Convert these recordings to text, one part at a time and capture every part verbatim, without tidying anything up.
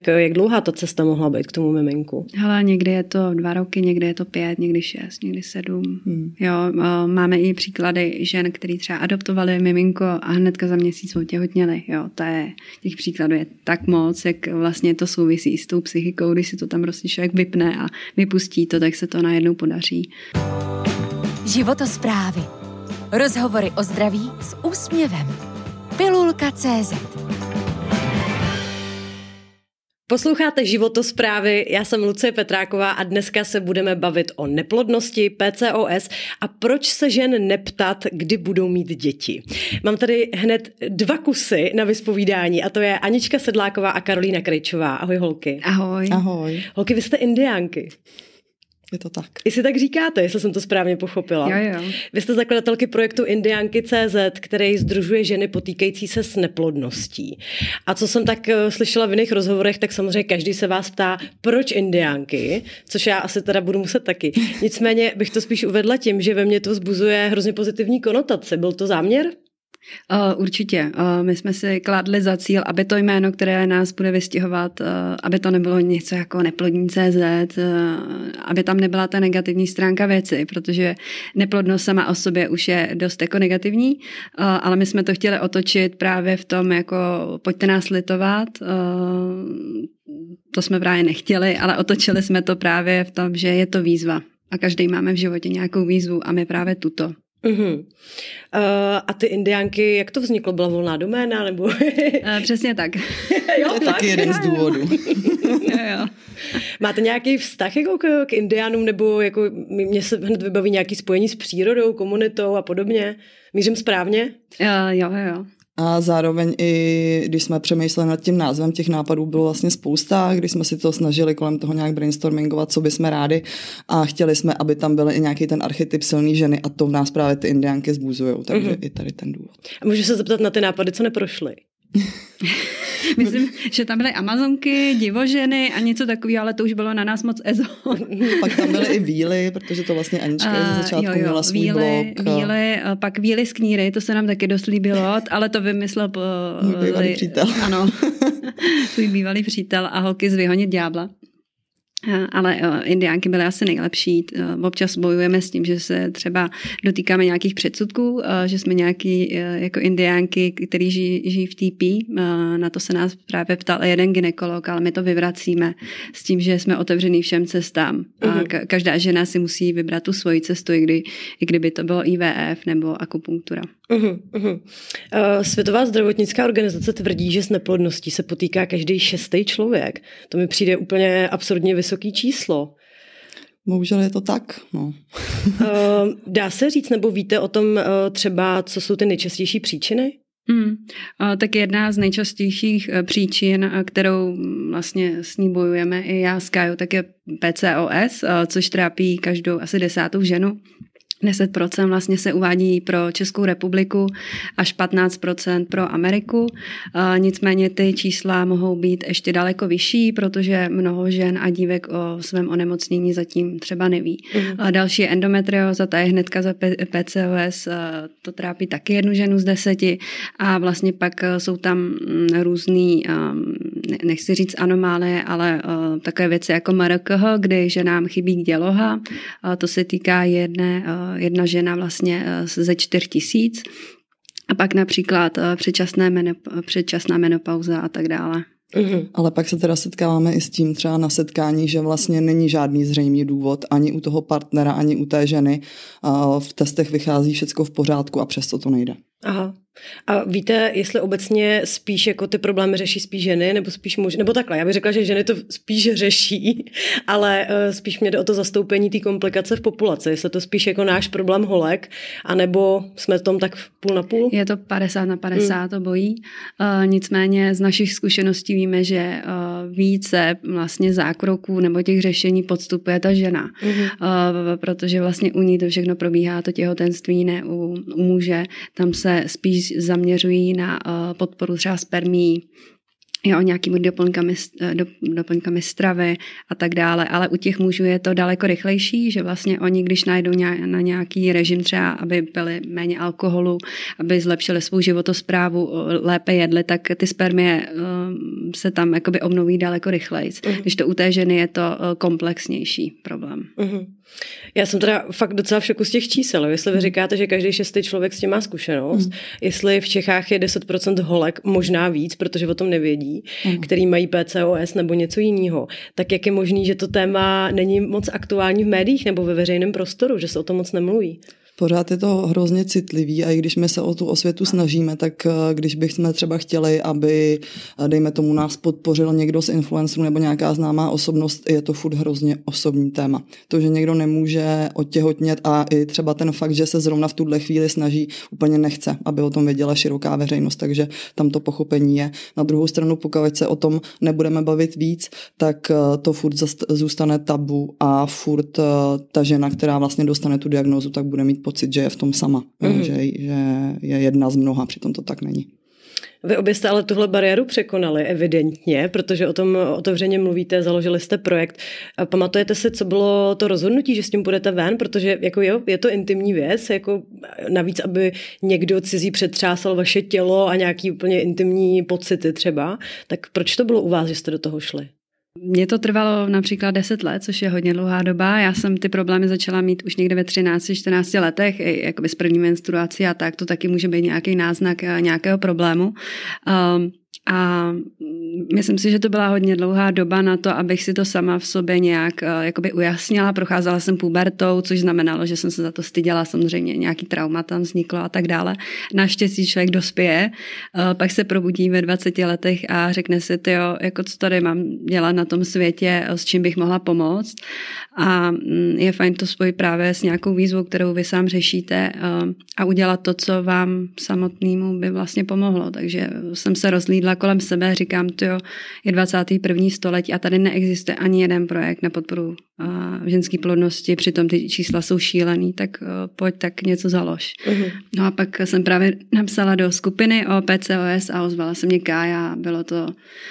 Jak dlouhá ta cesta mohla být k tomu miminku? Hele, někdy je to dva roky, někdy je to pět, někdy šest, někdy sedm. Hmm. Jo, máme i příklady žen, který třeba adoptovali miminko a hnedka za měsíc otěhotněli. Jo, to je, těch příkladů je tak moc, jak vlastně to souvisí s tou psychikou, když si to tam prostě člověk vypne a vypustí to, tak se to najednou podaří. Životosprávy. Rozhovory o zdraví s úsměvem. Pilulka tečka cé zet. Posloucháte Životosprávy, já jsem Lucie Petráková a dneska se budeme bavit o neplodnosti, P C O S a proč se žen neptat, kdy budou mít děti. Mám tady hned dva kusy na vyspovídání a to je Anička Sedláková a Karolína Krejčová. Ahoj holky. Ahoj. Ahoj. Holky, vy jste indiánky. Je to tak. Jestli tak říkáte, jestli jsem to správně pochopila. Jo, jo. Vy jste zakladatelky projektu Indiánky tečka cé zet, který sdružuje ženy potýkající se s neplodností. A co jsem tak slyšela v jiných rozhovorech, tak samozřejmě každý se vás ptá, proč indiánky, což já asi teda budu muset taky. Nicméně bych to spíš uvedla tím, že ve mně to vzbuzuje hrozně pozitivní konotace. Byl to záměr? Uh, určitě. Uh, my jsme si kladli za cíl, aby to jméno, které nás bude vystihovat, uh, aby to nebylo něco jako neplodní tečka cé zet, uh, aby tam nebyla ta negativní stránka věci, protože neplodnost sama o sobě už je dost jako negativní, uh, ale my jsme to chtěli otočit právě v tom, jako pojďte nás litovat, uh, to jsme právě nechtěli, ale otočili jsme to právě v tom, že je to výzva a každý máme v životě nějakou výzvu a my právě tuto. Uhum. Uh, a ty indiánky, jak to vzniklo? Byla volná doména? Nebo... uh, přesně tak. Jo, to je taky jeden z důvodů. jo, jo. Máte nějaký vztah jako k, k indiánům, nebo jako mě se hned vybaví nějaký spojení s přírodou, komunitou a podobně? Mířím správně? Uh, jo, jo. A zároveň i když jsme přemýšleli nad tím názvem, těch nápadů bylo vlastně spousta, když jsme si to snažili kolem toho nějak brainstormingovat, co bychom rádi a chtěli jsme, aby tam byl i nějaký ten archetyp silný ženy a to v nás právě ty indiánky zbuzujou, takže mm-hmm. i tady ten důvod. A můžu se zeptat na ty nápady, co neprošly? Myslím, že tam byly Amazonky, divoženy a něco takového, ale to už bylo na nás moc ezo. Pak tam byly i víly, protože to vlastně Anička uh, ze začátku jo, jo. měla svůj víly, blog. Víly, pak víly z kníry, to se nám taky dost líbilo, ale to vymyslel po, můj bývalý přítel. Ano, tvůj bývalý přítel a holky z Vyhonit ďábla. Ale indiánky byly asi nejlepší. Občas bojujeme s tím, že se třeba dotýkáme nějakých předsudků, že jsme nějaký jako indiánky, který žijí, žijí v té pé. Na to se nás právě ptal jeden gynekolog, ale my to vyvracíme s tím, že jsme otevřený všem cestám. A každá žena si musí vybrat tu svoji cestu, i, kdy, i kdyby to bylo I V F nebo akupunktura. Uhum, uhum. Uh, Světová zdravotnická organizace tvrdí, že s neplodností se potýká každý šestý člověk. To mi přijde úplně absurdně vysoký číslo. Bohužel je to tak. No. uh, dá se říct, nebo víte o tom uh, třeba, co jsou ty nejčastější příčiny? Hmm. Tak jedna z nejčastějších příčin, kterou vlastně s ní bojujeme i já s Kájou, tak je P C O S, což trápí každou asi desátou ženu. deset procent vlastně se uvádí pro Českou republiku, až patnáct procent pro Ameriku. Nicméně ty čísla mohou být ještě daleko vyšší, protože mnoho žen a dívek o svém onemocnění zatím třeba neví. Mm. Další je endometrióza, ta je hnedka za P C O S, to trápí taky jednu ženu z deseti a vlastně pak jsou tam různý, nechci říct anomálie, ale takové věci jako M R K H, kdy ženám chybí děloha, to se týká jedné jedna žena vlastně ze čtyř tisíc a pak například předčasné menop- předčasná menopauza a tak dále. Uhum. Ale pak se teda setkáváme i s tím třeba na setkání, že vlastně není žádný zřejmý důvod ani u toho partnera, ani u té ženy. V testech vychází všecko v pořádku a přesto to nejde. Aha. A víte, jestli obecně spíš jako ty problémy řeší spíš ženy, nebo spíš muži, nebo takhle, já bych řekla, že ženy to spíš řeší, ale uh, spíš mě jde o to zastoupení té komplikace v populaci, jestli to spíš jako náš problém holek, anebo jsme v tom tak půl na půl? Je to padesát na padesát, hmm. to bojí. Uh, nicméně z našich zkušeností víme, že uh, více vlastně zákroků nebo těch řešení podstupuje ta žena, hmm. uh, protože vlastně u ní to všechno probíhá, to těhotenství, ne u, u muže, tam se spíš zaměřují na uh, podporu třeba spermií jo, nějakými doplňkami, do, doplňkami stravy a tak dále, ale u těch mužů je to daleko rychlejší, že vlastně oni, když najdou na nějaký režim třeba, aby pili méně alkoholu, aby zlepšili svou životosprávu, lépe jedli, tak ty spermie um, se tam jakoby obnoví daleko rychleji. Uh-huh. Když to u té ženy je to komplexnější problém. Uh-huh. Já jsem teda fakt docela v šoku z těch čísel. Jestli vy říkáte, že každý šestý člověk s tím má zkušenost, mm. jestli v Čechách je deset procent holek, možná víc, protože o tom nevědí, mm. který mají P C O S nebo něco jiného, tak jak je možný, že to téma není moc aktuální v médiích nebo ve veřejném prostoru, že se o tom moc nemluví? Pořád je to hrozně citlivý a i když my se o tu osvětu snažíme, tak když bychom třeba chtěli, aby, dejme tomu, nás podpořil někdo z influencerů nebo nějaká známá osobnost, je to furt hrozně osobní téma. To, že někdo nemůže otěhotnět a i třeba ten fakt, že se zrovna v tuhle chvíli snaží, úplně nechce, aby o tom věděla široká veřejnost, takže tam to pochopení je. Na druhou stranu, pokud se o tom nebudeme bavit víc, tak to furt zůstane tabu a furt ta žena, která vlastně dostane tu diagnózu, tak bude mít pocit, že je v tom sama, mm. že, že je jedna z mnoha, přitom to tak není. Vy obě jste ale tuhle bariéru překonali evidentně, protože o tom otevřeně mluvíte, založili jste projekt. Pamatujete si, co bylo to rozhodnutí, že s tím půjdete ven, protože jako jo, je to intimní věc, jako navíc, aby někdo cizí přetřásal vaše tělo a nějaký úplně intimní pocity třeba, tak proč to bylo u vás, že jste do toho šli? Mně to trvalo například deset let, což je hodně dlouhá doba. Já jsem ty problémy začala mít už někde ve třinácti čtrnácti letech, jakoby s první menstruací a tak, to taky může být nějaký náznak nějakého problému. Um, A myslím si, že to byla hodně dlouhá doba na to, abych si to sama v sobě nějak uh, jakoby ujasnila. Procházela jsem pubertou, což znamenalo, že jsem se za to styděla, samozřejmě nějaký trauma tam vzniklo a tak dále. Naštěstí člověk dospěje, uh, pak se probudí ve dvaceti letech a řekne si, tyjo, jako co tady mám dělat na tom světě, s čím bych mohla pomoct. A um, je fajn to spojit právě s nějakou výzvou, kterou vy sám řešíte uh, a udělat to, co vám samotnému by vlastně pomohlo. Takže jsem se rozlídla kolem sebe, říkám, tyjo, je dvacáté první století a tady neexistuje ani jeden projekt na podporu uh, ženské plodnosti, přitom ty čísla jsou šílený, tak uh, pojď tak něco založ. Uh-huh. No a pak jsem právě napsala do skupiny o P C O S a ozvala se mě Kája, bylo to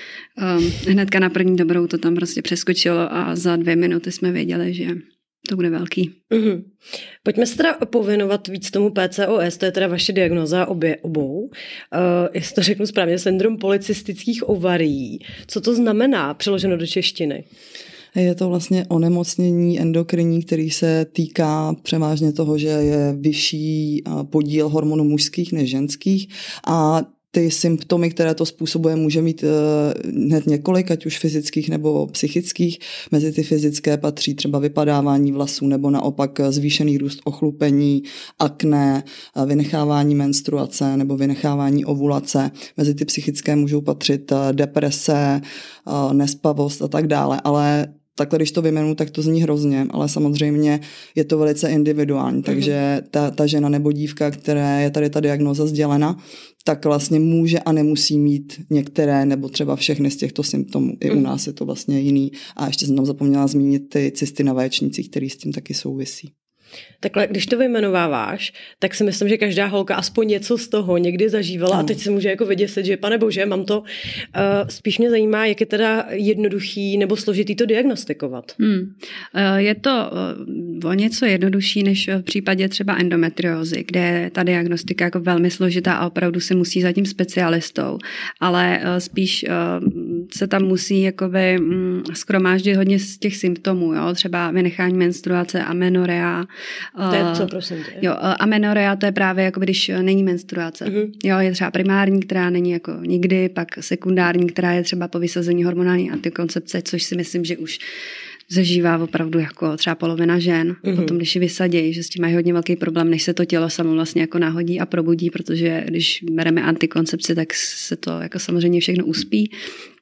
um, hnedka na první dobrou to tam prostě přeskočilo a za dvě minuty jsme věděli, že to bude velký. Mm-hmm. Pojďme se teda pověnovat víc tomu P C O S, to je teda vaše diagnóza obě, obou. Uh, jestli to řeknu správně, syndrom polycystických ovarií. Co to znamená, přeloženo do češtiny? Je to vlastně onemocnění endokrinní, který se týká převážně toho, že je vyšší podíl hormonů mužských než ženských a ty symptomy, které to způsobuje, může mít hned několik, ať už fyzických nebo psychických. Mezi ty fyzické patří třeba vypadávání vlasů nebo naopak zvýšený růst ochlupení, akné, vynechávání menstruace nebo vynechávání ovulace. Mezi ty psychické můžou patřit deprese, nespavost a tak dále, ale takhle, když to vyjmenu, tak to zní hrozně, ale samozřejmě je to velice individuální, takže ta, ta žena nebo dívka, které je tady ta diagnóza sdělena, tak vlastně může a nemusí mít některé nebo třeba všechny z těchto symptomů. I u nás je to vlastně jiný. A ještě jsem tam zapomněla zmínit ty cysty na vaječnících, které s tím taky souvisí. Takhle, když to vyjmenováváš, tak si myslím, že každá holka aspoň něco z toho někdy zažívala no. A teď se může jako vyděsit, že pane bože, mám to. Uh, spíš mě zajímá, jak je teda jednoduchý nebo složitý to diagnostikovat. Hmm. Uh, je to uh, o něco jednodušší než v případě třeba endometriózy, kde je ta diagnostika jako velmi složitá a opravdu se musí za tím specialistou, ale uh, spíš uh, se tam musí jakoby um, shromáždit hodně z těch symptomů, jo? Třeba vynechání menstruace, amenorrea. To je co, prosím tě? Jo, amenorrea to je právě jako když není menstruace. Uh-huh. Jo, je třeba primární, která není jako nikdy, pak sekundární, která je třeba po vysazení hormonální antikoncepce, což si myslím, že už zažívá opravdu jako třeba polovina žen. Uh-huh. Potom, když ji vysadí, že s tím mají hodně velký problém, než se to tělo samo vlastně jako nahodí a probudí, protože když bereme antikoncepci, tak se to jako samozřejmě všechno uspí.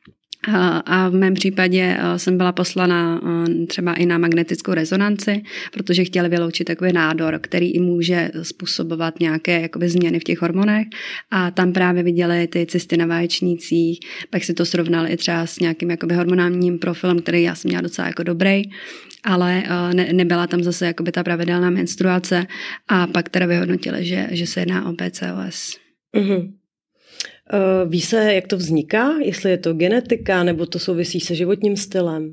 A v mém případě jsem byla poslana třeba i na magnetickou rezonanci, protože chtěli vyloučit takový nádor, který i může způsobovat nějaké jakoby změny v těch hormonech. A tam právě viděli ty cysty na vaječnících, pak si to srovnali i třeba s nějakým jakoby hormonálním profilem, který já jsem měla docela jako dobrý, ale ne, nebyla tam zase jakoby ta pravidelná menstruace a pak teda vyhodnotili, že, že se jedná o P C O S. Mhm. Ví se, jak to vzniká? Jestli je to genetika, nebo to souvisí se životním stylem?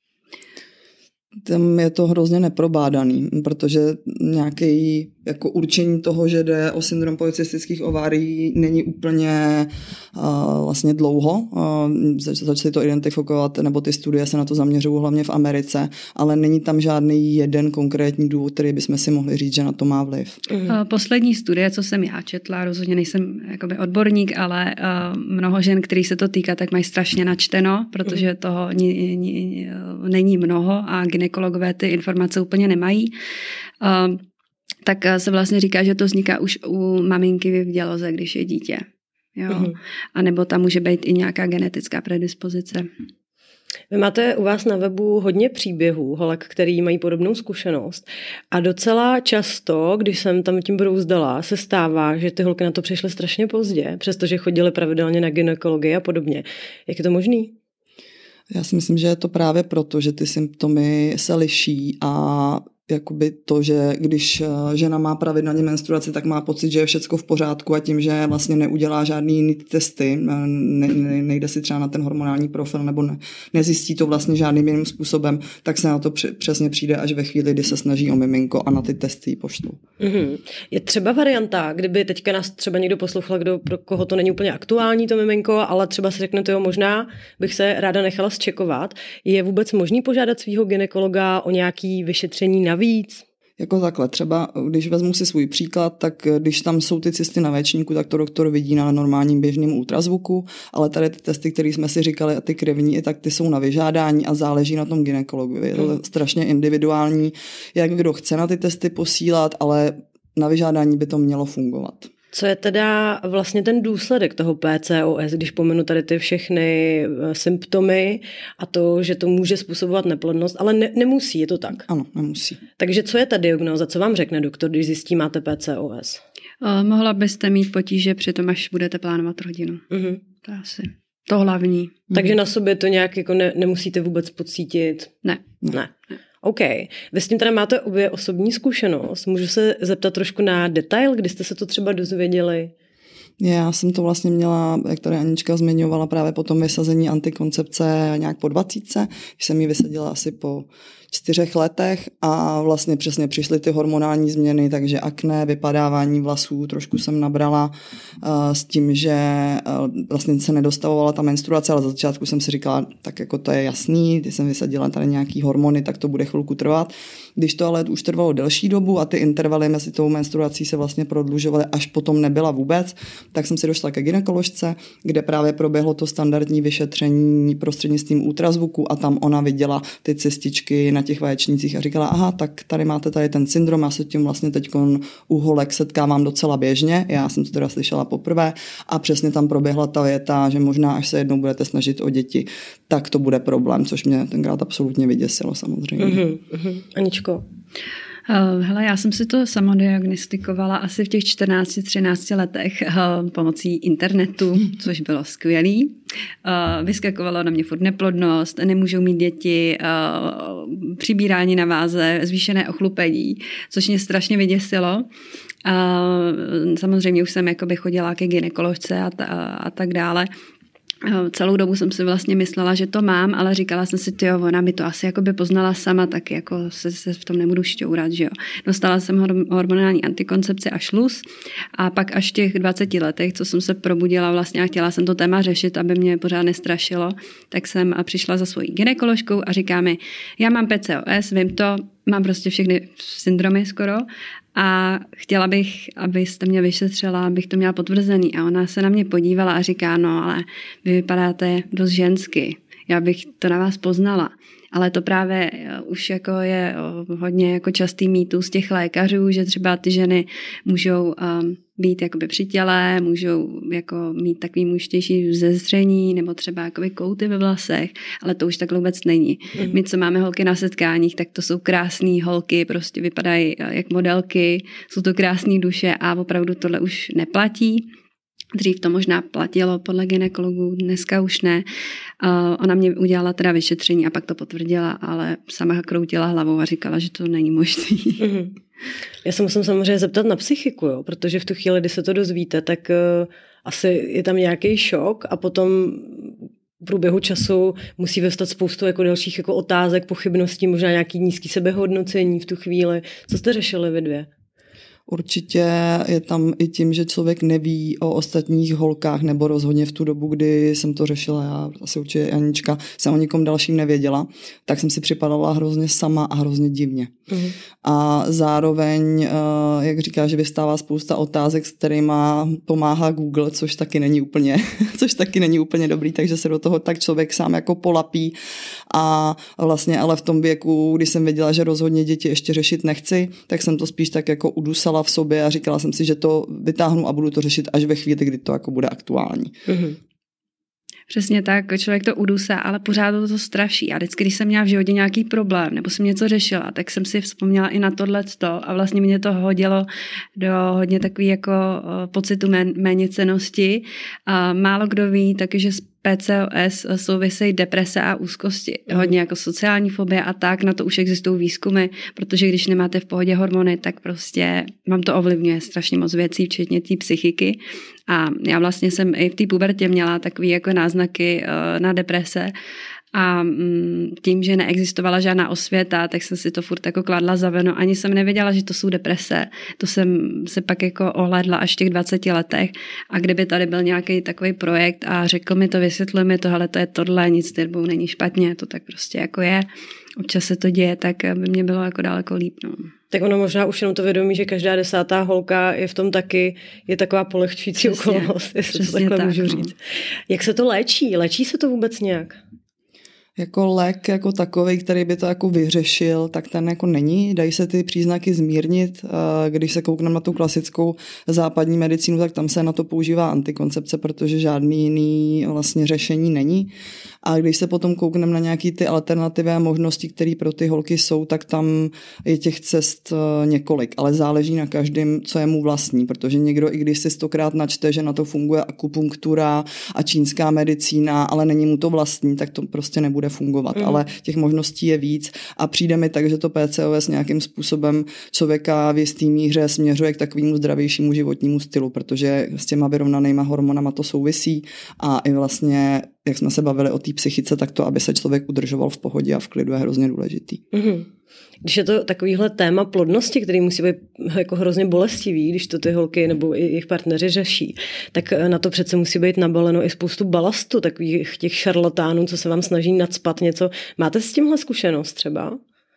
Tam je to hrozně neprobádaný, protože nějaké jako určení toho, že jde o syndrom polycystických ovárií, není úplně uh, vlastně dlouho. Uh, začali to identifikovat, nebo ty studie se na to zaměřují hlavně v Americe, ale není tam žádný jeden konkrétní důvod, který bychom si mohli říct, že na to má vliv. Mm. Poslední studie, co jsem já četla, rozhodně nejsem jakoby odborník, ale uh, mnoho žen, kterých se to týká, tak mají strašně načteno, protože toho ni, ni, není mnoho a gynekologové ty informace úplně nemají. Uh, tak se vlastně říká, že to vzniká už u maminky v děloze, když je dítě. Jo? Uh-huh. A nebo tam může být i nějaká genetická predispozice. Vy máte u vás na webu hodně příběhů holek, který mají podobnou zkušenost a docela často, když jsem tam tím brouzdala, se stává, že ty holky na to přišly strašně pozdě, přestože chodily pravidelně na gynekologii a podobně. Jak je to možný? Já si myslím, že je to právě proto, že ty symptomy se liší a jakoby to, že když žena má pravidelně menstruaci, tak má pocit, že je všecko v pořádku a tím, že vlastně neudělá žádný jiný testy, ne, ne, nejde si třeba na ten hormonální profil nebo ne, nezjistí to vlastně žádným jiným způsobem, tak se na to při, přesně přijde až ve chvíli, kdy se snaží o miminko a na ty testy ji poštou. Mm-hmm. Je třeba varianta, kdyby teďka nás třeba někdo poslouchal, kdo, pro koho to není úplně aktuální to miminko, ale třeba si řekne, to jo, možná bych se ráda nechala zčekovat. Je vůbec možný požádat svého gynekologa o nějaké vyšetření na víc? Jako takhle, třeba když vezmu si svůj příklad, tak když tam jsou ty cysty na véčníku, tak to doktor vidí na normálním běžném ultrazvuku, ale tady ty testy, které jsme si říkali, a ty krevní, tak ty jsou na vyžádání a záleží na tom gynekologovi. Je to strašně individuální, jak kdo chce na ty testy posílat, ale na vyžádání by to mělo fungovat. Co je teda vlastně ten důsledek toho P C O S, když pomenu tady ty všechny symptomy a to, že to může způsobovat neplodnost, ale ne, nemusí, je to tak? Ano, nemusí. Takže co je ta diagnóza, co vám řekne doktor, když zjistí, máte P C O S? Uh, mohla byste mít potíže při tom, až budete plánovat rodinu. Uh-huh. To je asi to hlavní. Takže na sobě to nějak jako ne, nemusíte vůbec pocítit? Ne. Ne. ne. OK. Vy s tím teda máte obě osobní zkušenost. Můžu se zeptat trošku na detail, kdy jste se to třeba dozvěděli? Já jsem to vlastně měla, jak tady Anička zmiňovala, právě po tom vysazení antikoncepce nějak po dvacítce, když jsem ji vysadila asi po čtyřech letech a vlastně přesně přišly ty hormonální změny, takže akné, vypadávání vlasů, trošku jsem nabrala uh, s tím, že uh, vlastně se nedostavovala ta menstruace, ale za začátku jsem si říkala, tak jako to je jasný, když jsem vysadila tady nějaký hormony, tak to bude chvilku trvat. Když to ale už trvalo delší dobu a ty intervaly mezi tou menstruací se vlastně prodlužovaly, až potom nebyla vůbec, tak jsem si došla ke gynekoložce, kde právě proběhlo to standardní vyšetření prostřednictvím ultrazvuku a tam ona viděla ty cystičky na těch vaječnících a říkala, aha, tak tady máte tady ten syndrom, já se tím vlastně teď u holek setkávám docela běžně, já jsem to teda slyšela poprvé a přesně tam proběhla ta věta, že možná až se jednou budete snažit o děti, tak to bude problém, což mě tenkrát absolutně vyděsilo samozřejmě. Uh-huh, uh-huh. Aničko? Uh, hele, já jsem si to samodiagnostikovala asi v těch čtrnácti třinácti letech uh, pomocí internetu, což bylo skvělý. Uh, vyskakovalo na mě furt neplodnost, nemůžou mít děti, uh, přibírání na váze, zvýšené ochlupení, což mě strašně vyděsilo. Uh, samozřejmě už jsem jakoby chodila ke gynekoložce a, ta, a tak dále. Celou dobu jsem si vlastně myslela, že to mám, ale říkala jsem si, tyjo, ona by to asi jako by poznala sama, tak jako se, se v tom nebudu šťourat, že jo. Dostala jsem hormonální antikoncepci a šluz a pak až v těch dvaceti letech, co jsem se probudila vlastně a chtěla jsem to téma řešit, aby mě pořád nestrašilo, tak jsem přišla za svojí gynekoložkou a říká mi, já mám P C O S, vím to, mám prostě všechny syndromy skoro a chtěla bych, abyste mě vyšetřila, abych to měla potvrzený. A ona se na mě podívala a říká, no ale vy vypadáte dost žensky, já bych to na vás poznala. Ale to právě už jako je hodně jako častý mýtus z těch lékařů, že třeba ty ženy můžou um, být jakoby při těle, můžou jako mít takový muštější zezření nebo třeba jakoby kouty ve vlasech, ale to už tak vůbec není. Mm. My, co máme holky na setkáních, tak to jsou krásné holky, prostě vypadají jak modelky, jsou to krásné duše a opravdu tohle už neplatí. Dřív to možná platilo podle gynekologů, dneska už ne. Uh, ona mě udělala teda vyšetření a pak to potvrdila, ale sama kroutila hlavou a říkala, že to není možné. Mm-hmm. Já se musím samozřejmě zeptat na psychiku, jo? Protože v tu chvíli, kdy se to dozvíte, tak uh, asi je tam nějaký šok a potom v průběhu času musí vyvstat spoustu jako dalších jako otázek, pochybností, možná nějaký nízký sebehodnocení v tu chvíli. Co jste řešili vy dvě? Určitě je tam i tím, že člověk neví o ostatních holkách, nebo rozhodně v tu dobu, kdy jsem to řešila, já asi určitě Anička, jsem o nikom dalším nevěděla, tak jsem si připadala hrozně sama a hrozně divně. Mm. A zároveň, jak říká, že vystává spousta otázek, s kterými pomáhá Google, což taky není úplně, což taky není úplně dobrý, takže se do toho tak člověk sám jako polapí a vlastně ale v tom věku, kdy jsem věděla, že rozhodně děti ještě řešit nechci, tak jsem to spíš tak jako udusala v sobě a říkala jsem si, že to vytáhnu a budu to řešit až ve chvíli, kdy to jako bude aktuální. Mm-hmm. Přesně tak, člověk to udusá, ale pořád to, to straší. A vždycky, když jsem měla v životě nějaký problém nebo jsem něco řešila, tak jsem si vzpomněla i na tohleto a vlastně mě to hodilo do hodně takový jako pocitu mé, méněcennosti. A málo kdo ví taky, že s P C O S souvisejí deprese a úzkosti. Hodně jako sociální fobie a tak, na to už existují výzkumy, protože když nemáte v pohodě hormony, tak prostě vám to ovlivňuje strašně moc věcí, včetně té psychiky. A já vlastně jsem i v té pubertě měla takový jako náznaky na deprese a tím, že neexistovala žádná osvěta, tak jsem si to furt jako kladla za vinu. Ani jsem nevěděla, že to jsou deprese. To jsem se pak jako ohlédla až v těch dvaceti letech a kdyby tady byl nějaký takový projekt a řekl mi to, vysvětlil mi to, hele, to je tohle, nic s tebou není špatně, to tak prostě jako je. Občas se to děje, tak by mě bylo jako daleko líp. No. Tak ono možná už jenom to vědomí, že každá desátá holka je v tom taky, je taková polehčující okolnost, jestli to takhle tak, můžu říct. No. Jak se to léčí? Léčí se to vůbec nějak? Jako lék jako takovej, který by to jako vyřešil, tak ten jako není. Dají se ty příznaky zmírnit. Když se koukneme na tu klasickou západní medicínu, tak tam se na to používá antikoncepce, protože žádný jiný vlastně řešení není. A když se potom koukneme na nějaký ty alternativy a možnosti, které pro ty holky jsou, tak tam je těch cest několik, ale záleží na každém, co je mu vlastní, protože někdo, i když si stokrát načte, že na to funguje akupunktura a čínská medicína, ale není mu to vlastní, tak to prostě nebude fungovat. Mm. Ale těch možností je víc a přijde mi tak, že to P C O S nějakým způsobem člověka v jistý míře směřuje k takovému zdravějšímu životnímu stylu, protože s těma vyrovnanýma hormonama to souvisí a i vlastně, jak jsme se bavili o té psychice, tak to, aby se člověk udržoval v pohodě a v klidu, je hrozně důležitý. Mm-hmm. Když je to takovýhle téma plodnosti, který musí být jako hrozně bolestivý, když to ty holky nebo i jejich partneři řeší, tak na to přece musí být nabaleno i spoustu balastu, takových těch šarlatánů, co se vám snaží nacpat něco. Máte s tímhle zkušenost třeba?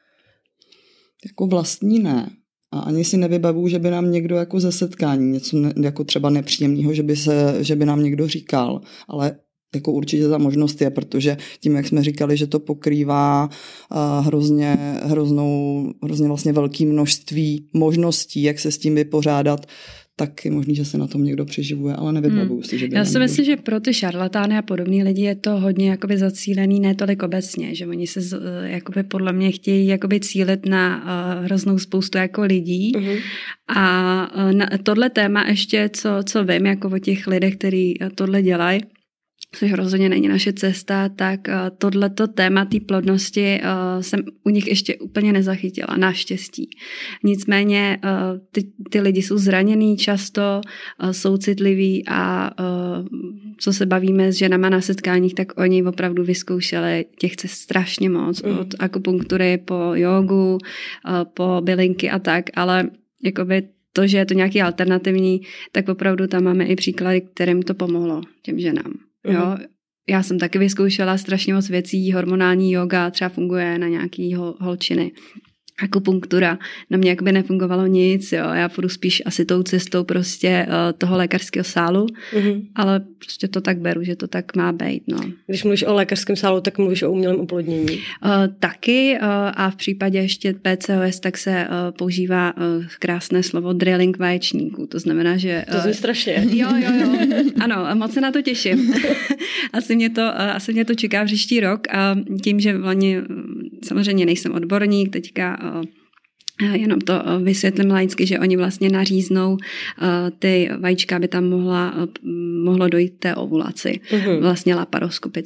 Jako vlastní ne. A ani si nevybavuju, že by nám někdo jako ze setkání něco ne, jako třeba nepříjemného, že by, se, že by nám někdo říkal, ale jako určitě ta možnost je, protože tím, jak jsme říkali, že to pokrývá uh, hrozně, hroznou, hrozně vlastně velké množství možností, jak se s tím vypořádat, tak je možný, že se na tom někdo přeživuje, ale nevybavuju hmm. si, že by Já si myslím, někdo... že pro ty šarlatány a podobný lidi je to hodně jakoby zacílený, ne tolik obecně, že oni se jakoby podle mě chtějí jakoby cílit na uh, hroznou spoustu jako lidí uh-huh. a uh, na tohle téma ještě, co, co vím jako o těch lidech, kteří tohle dělají, což rozhodně není naše cesta, tak uh, tohleto téma té plodnosti uh, jsem u nich ještě úplně nezachytila, naštěstí. Nicméně uh, ty, ty lidi jsou zraněný často, uh, jsou citliví a uh, co se bavíme s ženama na setkáních, tak oni opravdu vyzkoušeli těch cest strašně moc, mm. od akupunktury po jogu, uh, po bylinky a tak, ale jakoby to, že je to nějaký alternativní, tak opravdu tam máme i příklady, kterým to pomohlo těm ženám. Jo, já jsem taky vyzkoušela strašně moc věcí, hormonální yoga třeba funguje na nějaký hol, holčiny. Akupunktura, na mě jakoby nefungovalo nic, jo, já půjdu spíš asi tou cestou prostě uh, toho lékařského sálu, mm-hmm. ale prostě to tak beru, že to tak má být, no. Když mluvíš o lékařském sálu, tak mluvíš o umělém oplodnění? Uh, taky uh, a v případě ještě P C O S, tak se uh, používá uh, krásné slovo drilling vaječníků, to znamená, že... Uh, to zní strašně. Jo, jo, jo, ano, moc se na to těším. asi, mě to, uh, asi mě to čeká příští rok a tím, že vlastně samozřejmě nejsem odborník, teďka jenom to vysvětlím laicky, že oni vlastně naříznou ty vajíčka, aby tam mohla, mohlo dojít té ovulaci, uhum. vlastně laparoskopicky.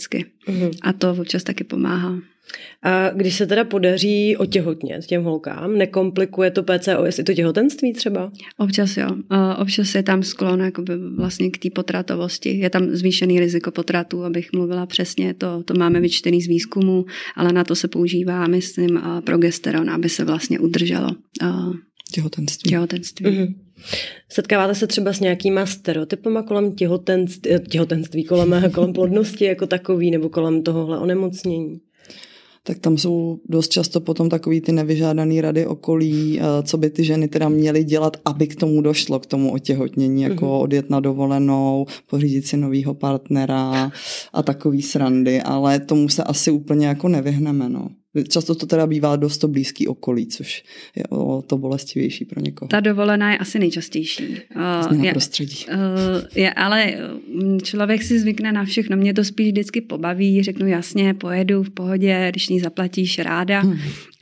Mm. A to občas taky pomáhá. A když se teda podaří otěhotnět těm holkám, nekomplikuje to P C O S i to těhotenství třeba? Občas jo. Občas je tam sklon jakoby vlastně k té potratovosti. Je tam zvýšený riziko potratu, abych mluvila přesně. To, to máme vyčtený z výzkumu, ale na to se používá, myslím, progesteron, aby se vlastně udrželo těhotenství. těhotenství. Mm-hmm. Setkáváte se třeba s nějakýma stereotypama kolem těhotenství, těhotenství kolem, kolem plodnosti jako takový, nebo kolem tohohle onemocnění? Tak tam jsou dost často potom takový ty nevyžádaný rady okolí, co by ty ženy teda měly dělat, aby k tomu došlo, k tomu otěhotnění, jako mm-hmm. odjet na dovolenou, pořídit si novýho partnera a takový srandy, ale tomu se asi úplně jako nevyhneme, no. Často to teda bývá dost to blízký okolí, což je o to bolestivější pro někoho. Ta dovolená je asi nejčastější. Změna je, prostředí. Je, ale člověk si zvykne na všechno. Mě to spíš vždycky pobaví, řeknu jasně, pojedu v pohodě, když ní zaplatíš, ráda. Hmm.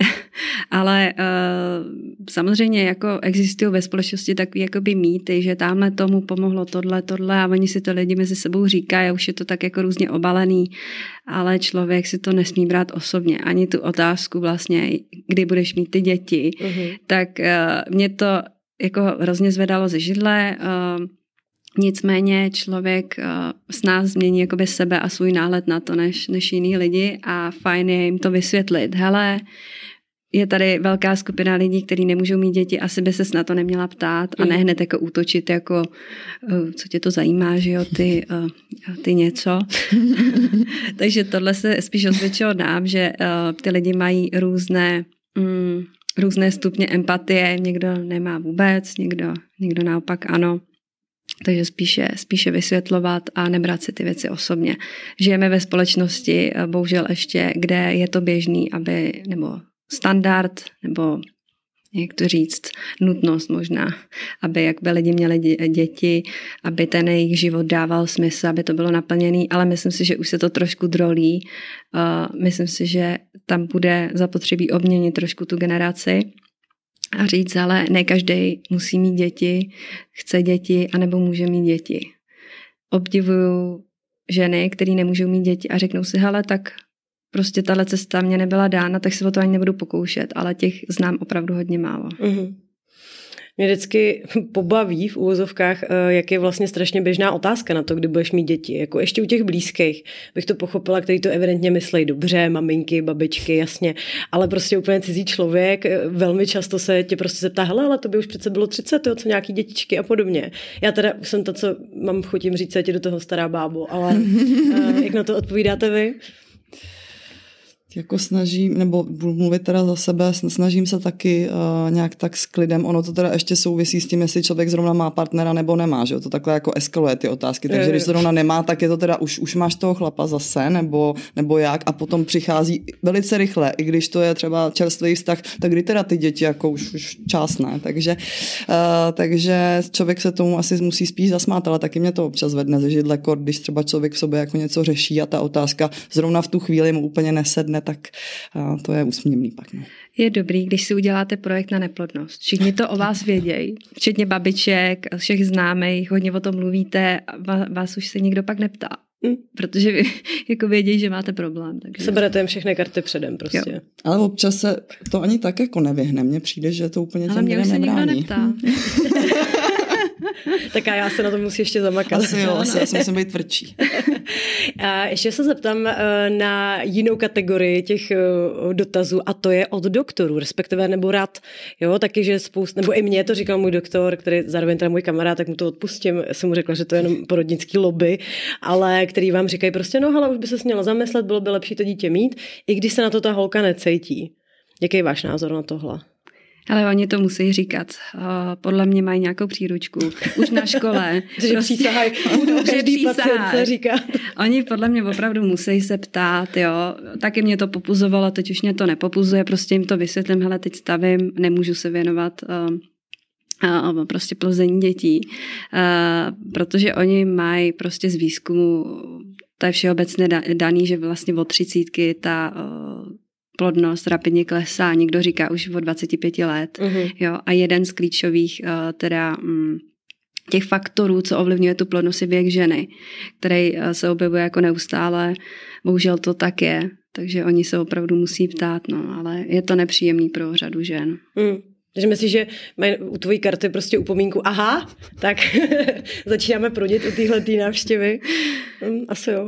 Ale uh, samozřejmě jako existují ve společnosti takový jakoby mýty, že tamhle tomu pomohlo tohle, tohle a oni si to lidi mezi sebou říkají a už je to tak jako různě obalený, ale člověk si to nesmí brát osobně. Ani tu otázku vlastně, kdy budeš mít ty děti, uh-huh. tak uh, mě to jako hrozně zvedalo ze židle. Uh, nicméně člověk uh, s nás změní jakoby sebe a svůj náhled na to, než, než jiný lidi a fajn je jim to vysvětlit. Hele, je tady velká skupina lidí, kteří nemůžou mít děti, asi by ses na to neměla ptát a ne hned jako útočit, jako co tě to zajímá, že jo, ty, ty něco. Takže tohle se spíš osvědčilo nám, že ty lidi mají různé, mm, různé stupně empatie, někdo nemá vůbec, někdo, někdo naopak ano. Takže spíše, spíše vysvětlovat a nebrat si ty věci osobně. Žijeme ve společnosti, bohužel ještě, kde je to běžný, aby, nebo standard, nebo jak to říct, nutnost možná, aby jak by lidi měli děti, aby ten jejich život dával smysl, aby to bylo naplněný, ale myslím si, že už se to trošku drolí. Uh, myslím si, že tam bude zapotřebí obměnit trošku tu generaci a říct, ale ne každý musí mít děti, chce děti, anebo může mít děti. Obdivuju ženy, které nemůžou mít děti a řeknou si, hele, tak prostě tahle cesta mě nebyla dána, tak se o to ani nebudu pokoušet, ale těch znám opravdu hodně málo. Mm-hmm. Mě vždycky pobaví v úvozovkách, jak je vlastně strašně běžná otázka na to, kdy budeš mít děti. Jako ještě u těch blízkých bych to pochopila, který to evidentně myslejí dobře, maminky, babičky, jasně, ale prostě úplně cizí člověk, velmi často se tě prostě zeptá, hele, ale to by už přece bylo třicet, jo, co nějaký dětičky a podobně. Já teda jsem to, co mám chutím říct, se ti do toho stará bábo, ale jak na to odpovídáte vy? Jako snažím, nebo budu mluvit teda za sebe, snažím se taky uh, nějak tak s klidem. Ono to teda ještě souvisí s tím, jestli člověk zrovna má partnera nebo nemá, že jo? To takhle jako eskaluje ty otázky. Takže je, když zrovna nemá, tak je to teda už, už máš toho chlapa zase, nebo, nebo jak a potom přichází velice rychle, i když to je třeba čerstvý vztah, tak kdy teda ty děti jako už, už čas ne. Takže, uh, takže člověk se tomu asi musí spíš zasmát, ale taky mě to občas vedne ze židle, když třeba člověk v sobě jako něco řeší a ta otázka zrovna v tu chvíli mu úplně nesedne, tak a to je úsměvný pak. No. Je dobrý, když si uděláte projekt na neplodnost. Všichni to o vás vědějí, včetně babiček, všech známých, hodně o tom mluvíte, vás už se nikdo pak neptá. Mm. Protože vy jako vědějí, že máte problém. Takže... Seberete jim všechny karty předem prostě. Jo. Ale občas se to ani tak jako nevyhne. Mně přijde, že to úplně těm lidem nebrání. Ale mě už se nikdo neptá. Tak a já se na to musím ještě zamakat. Asi jo, asi, já si musím být tvrdší. A ještě se zeptám na jinou kategorii těch dotazů a to je od doktorů, respektive nebo rad. Jo, taky, že spousta, nebo i mě to říkal můj doktor, který zároveň teda můj kamarád, tak mu to odpustím. Jsem mu řekla, že to je jenom porodnický lobby, ale který vám říkají prostě, no hele, už by se měla zamyslet, bylo by lepší to dítě mít, i když se na to ta holka necítí. Jaký je váš názor na tohle? Ale oni to musí říkat. Podle mě mají nějakou příručku. Už na škole. Že prostě, přísahají. Každý pacient se říká. Oni podle mě opravdu musí se ptát, jo. Taky mě to popuzovalo, teď už mě to nepopuzuje, prostě jim to vysvětlím, hele, teď stavím, nemůžu se věnovat uh, uh, prostě plození dětí. Uh, protože oni mají prostě z výzkumu, to je všeobecně daný, že vlastně od třicítky ta uh, plodnost rapidně klesá, někdo říká už od dvacet pět let. Uh-huh. Jo, a jeden z klíčových uh, teda um, těch faktorů, co ovlivňuje tu plodnost, je věk ženy, který se objevuje jako neustále. Bohužel to tak je, takže oni se opravdu musí ptát, no, ale je to nepříjemný pro řadu žen. Mm. Takže myslíš, že mají u tvojí karty prostě upomínku, aha, tak začínáme prodit u téhletý návštěvy. Mm, asi jo.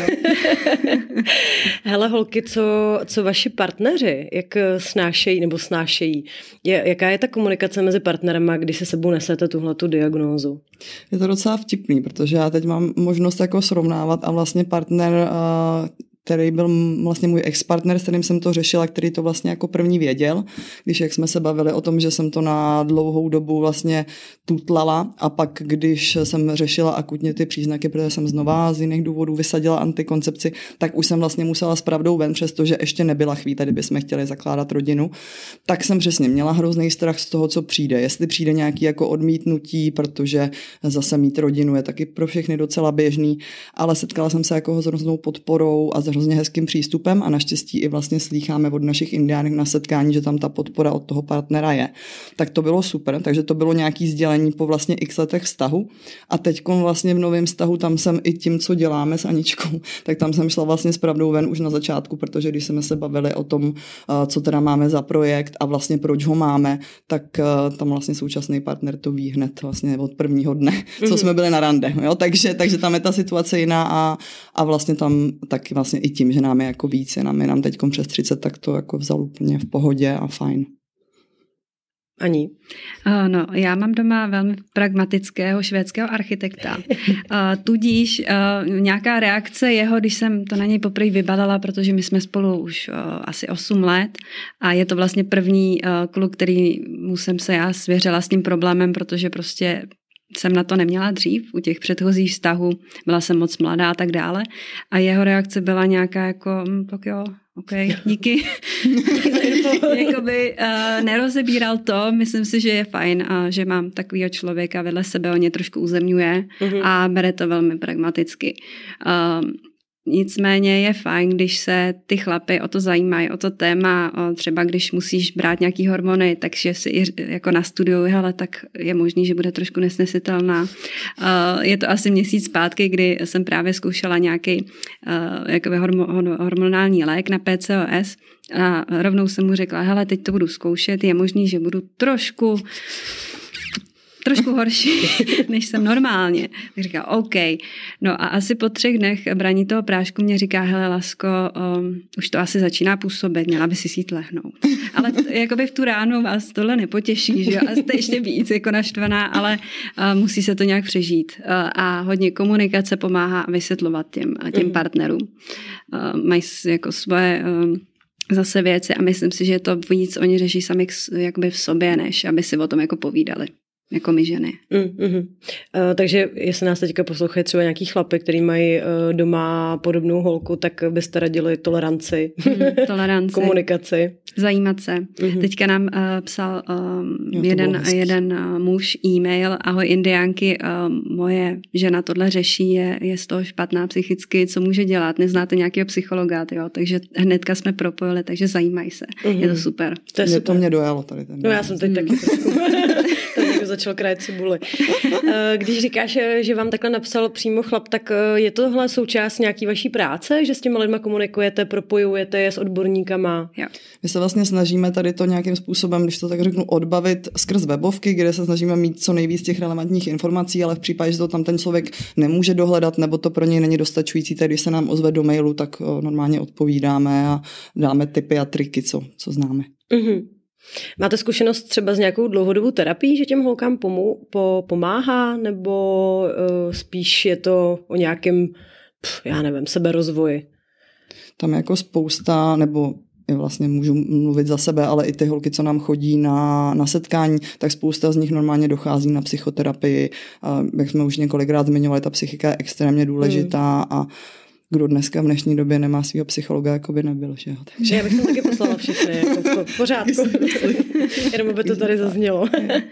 Hele holky, co, co vaši partneři, jak snášejí nebo snášejí? Je, jaká je ta komunikace mezi partnerama, když se sebou nesete tuhletu diagnózu? Je to docela vtipný, protože já teď mám možnost jako srovnávat a vlastně partner... Uh, který byl vlastně můj ex-partner, s kterým jsem to řešila, který to vlastně jako první věděl, když jak jsme se bavili o tom, že jsem to na dlouhou dobu vlastně tutlala a pak, když jsem řešila akutně ty příznaky, protože jsem znova z jiných důvodů vysadila antikoncepci, tak už jsem vlastně musela s pravdou ven, přestože ještě nebyla chvíle, kdybychom chtěli zakládat rodinu, tak jsem přesně měla hrozný strach z toho, co přijde. Jestli přijde nějaký jako odmítnutí, protože zase mít rodinu je taky pro všechny docela běžný, ale setkala jsem se jako s hroznou podporou a s hrozně hezkým přístupem a naštěstí i vlastně slýcháme od našich indiánek na setkání, že tam ta podpora od toho partnera je. Tak to bylo super, takže to bylo nějaký sdělení po vlastně x letech vztahu a teďkon vlastně v novém vztahu tam jsem i tím, co děláme s Aničkou, tak tam jsem šla vlastně s pravdou ven už na začátku, protože když jsme se bavili o tom, co teda máme za projekt a vlastně proč ho máme, tak tam vlastně současný partner to ví hned vlastně od prvního dne, co mm-hmm. jsme byli na rande, jo? Takže, takže tam je ta situace jiná a, a vlastně tam taky vlastně i tím, že nám je jako víc, je nám, je nám teďkom přes třicet, tak to jako vzal úplně v pohodě a fajn. Ani? Uh, no, já mám doma velmi pragmatického švédského architekta. Uh, tudíž uh, nějaká reakce jeho, když jsem to na něj poprvé vybalala, protože my jsme spolu už uh, asi osm let a je to vlastně první uh, kluk, který mu jsem se já svěřila s tím problémem, protože prostě jsem na to neměla dřív, u těch předchozích vztahů, byla jsem moc mladá a tak dále. A jeho reakce byla nějaká jako, hm, tak jo, ok, díky. Jakoby uh, nerozebíral to, myslím si, že je fajn a že mám takovýho člověka vedle sebe, on mě trošku uzemňuje mm-hmm. a bere to velmi pragmaticky. Uh, Nicméně je fajn, když se ty chlapy o to zajímají, o to téma, o třeba když musíš brát nějaký hormony, takže si i jako na studiu, hele, tak je možný, že bude trošku nesnesitelná. Je to asi měsíc zpátky, kdy jsem právě zkoušela nějaký jakoby hormonální lék na P C O S a rovnou jsem mu řekla, hele, teď to budu zkoušet, je možný, že budu trošku trošku horší, než jsem normálně. Tak říká, OK. No a asi po třech dnech braní toho prášku mě říká, hele, Lasko, um, už to asi začíná působit, měla by si jít lehnout. Ale t- jakoby v tu ránu vás tohle nepotěší, že jo? A jste ještě víc jako naštvaná, ale uh, musí se to nějak přežít. Uh, a hodně komunikace pomáhá vysvětlovat těm, těm mm. partnerům. Uh, mají jako svoje... Um, zase věci a myslím si, že to víc oni řeší sami jakoby v sobě, než aby si o tom jako povídali. Jako my ženy. Mm, mm. Uh, takže jestli nás teďka poslouchají třeba nějaký chlapy, který mají uh, doma podobnou holku, tak byste radili toleranci, mm, toleranci. komunikaci. Zajímat se. Mm-hmm. Teďka nám uh, psal um, jo, jeden, jeden uh, muž e-mail, ahoj indiánky, uh, moje žena tohle řeší, je, je z toho špatná psychicky, co může dělat, neznáte nějakého psychologa, jo? Takže hnedka jsme propojili, takže zajímají se. Mm-hmm. Je to super. To, je mě super. to mě dojalo tady. Ten no já jsem teď mm. taky trošku začal krajet cibuli. Když říkáš, že vám takhle napsal přímo chlap, tak je tohle součást nějaký vaší práce, že s těma lidma komunikujete, propojujete je s odborníkama? Jo. My se vlastně snažíme tady to nějakým způsobem, když to tak řeknu, odbavit skrz webovky, kde se snažíme mít co nejvíc těch relevantních informací, ale v případě, že to tam ten člověk nemůže dohledat, nebo to pro něj není dostačující, tak když se nám ozve do mailu, tak normálně odpovídáme a dáme tipy a triky, co, co známe. Mm-hmm. Máte zkušenost třeba s nějakou dlouhodobou terapií, že těm holkám pomu, po, pomáhá, nebo uh, spíš je to o nějakém, pff, já nevím, seberozvoji? Tam je jako spousta, nebo já vlastně můžu mluvit za sebe, ale i ty holky, co nám chodí na, na setkání, tak spousta z nich normálně dochází na psychoterapii. A jak jsme už několikrát zmiňovali, ta psychika je extrémně důležitá hmm. a kdo dneska v dnešní době nemá svého psychologa, jako by nebyl. Že jo? Takže... Já bych to taky poslala všechny, jako v pořádku. Jenom aby to tady zaznělo.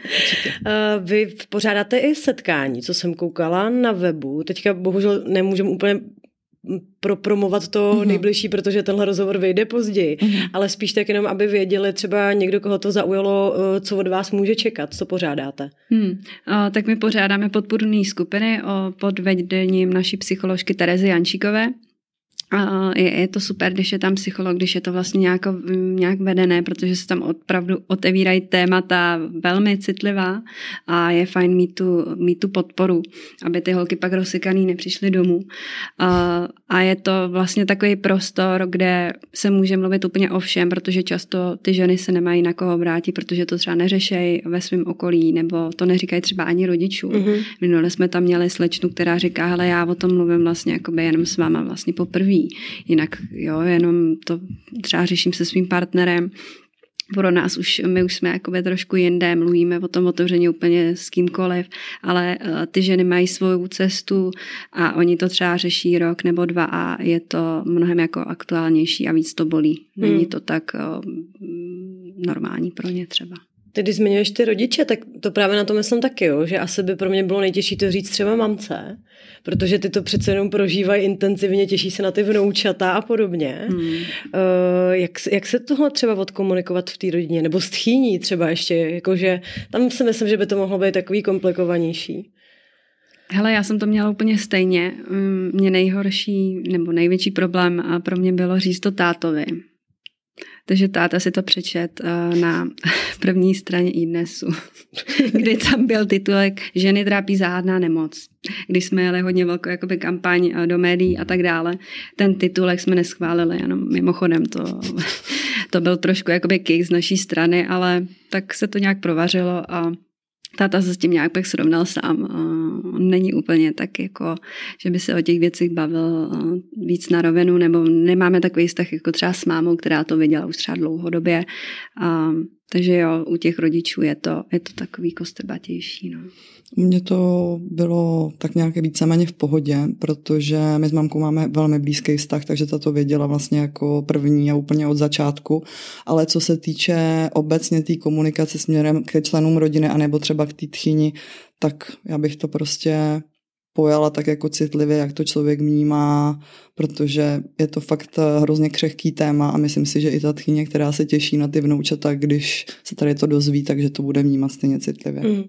Vy pořádáte i setkání, co jsem koukala na webu. Teďka bohužel nemůžeme úplně propromovat to mm-hmm. nejbližší, protože tenhle rozhovor vyjde později, mm-hmm. ale spíš tak jenom, aby věděli třeba někdo, koho to zaujalo, co od vás může čekat, co pořádáte. Hmm. O, tak my pořádáme podpůrné skupiny o, pod vedením naší psycholožky Terezy Jančíkové. Je, je to super, když je tam psycholog, když je to vlastně nějak, nějak vedené, protože se tam opravdu otevírají témata velmi citlivá a je fajn mít tu, mít tu podporu, aby ty holky pak rozsykaný nepřišly domů. A, a je to vlastně takový prostor, kde se může mluvit úplně o všem, protože často ty ženy se nemají na koho obrátit, protože to třeba neřešejí ve svém okolí, nebo to neříkají třeba ani rodičů. Mm-hmm. Minule jsme tam měli slečnu, která říká, hele, já o tom mluvím vlastně jakoby jenom s váma vlastně poprvé. Jinak jo, jenom to třeba řeším se svým partnerem. Pro nás už, my už jsme jakoby trošku jinde, mluvíme o tom otevřeně úplně s kýmkoliv, ale uh, ty ženy mají svou cestu a oni to třeba řeší rok nebo dva a je to mnohem jako aktuálnější a víc to bolí. Není hmm. to tak uh, normální pro ně třeba. Ty, když zmiňuješ ty rodiče, tak to právě na to myslím taky, jo, že asi by pro mě bylo nejtěžší to říct třeba mamce, protože ty to přece jenom prožívají intenzivně, těší se na ty vnoučata a podobně. Hmm. Uh, jak, jak se tohle třeba odkomunikovat v té rodině, nebo s tchýní třeba ještě, jakože tam si myslím, že by to mohlo být takový komplikovanější. Hele, já jsem to měla úplně stejně. Mě nejhorší, nebo největší problém pro mě bylo říct to tátovi. Takže táta si to přečet uh, na první straně iDnesu, kdy tam byl titulek Ženy trápí záhadná nemoc. Když jsme jeli hodně velkou jakoby, kampaň uh, do médií a tak dále, ten titulek jsme neschválili, jenom mimochodem to, to byl trošku jakoby kick z naší strany, ale tak se to nějak provařilo a táta se s tím nějak pak srovnal sám. Není úplně tak, jako, že by se o těch věcech bavil víc na rovinu, nebo nemáme takový vztah jako třeba s mámou, která to viděla už třeba dlouhodobě. A, takže jo, u těch rodičů je to, je to takový kostrbatější. No. U mě to bylo tak nějak víceméně v pohodě, protože my s mamkou máme velmi blízký vztah, takže ta to věděla vlastně jako první a úplně od začátku. Ale co se týče obecně té komunikace směrem ke členům rodiny anebo třeba k té tchyni, tak já bych to prostě pojala tak jako citlivě, jak to člověk vnímá, protože je to fakt hrozně křehký téma a myslím si, že i ta tchyně, která se těší na ty vnoučata, když se tady to dozví, takže to bude vnímat stejně citlivě. Mm.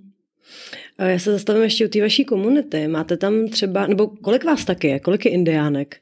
Já se zastavím ještě u té vaší komunity. Máte tam třeba, nebo kolik vás taky je? Kolik je indiánek?